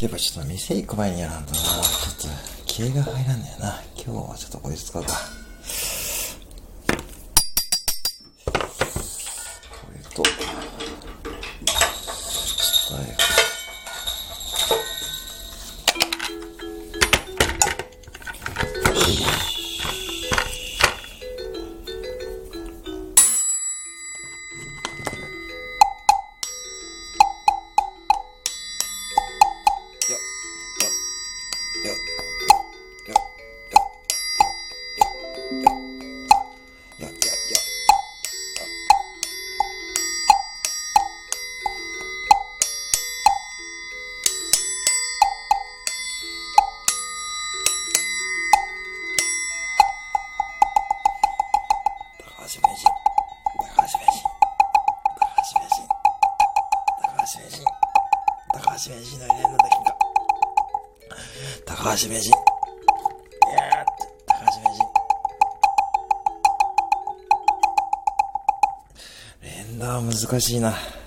やっぱちょっと店行く前にやらんとな、ちょっと気合が入らんだよな。今日はちょっとこいつ使うか。これと、高橋名人の入れるんだけど、高橋名人、高橋名人、連打は難しいな。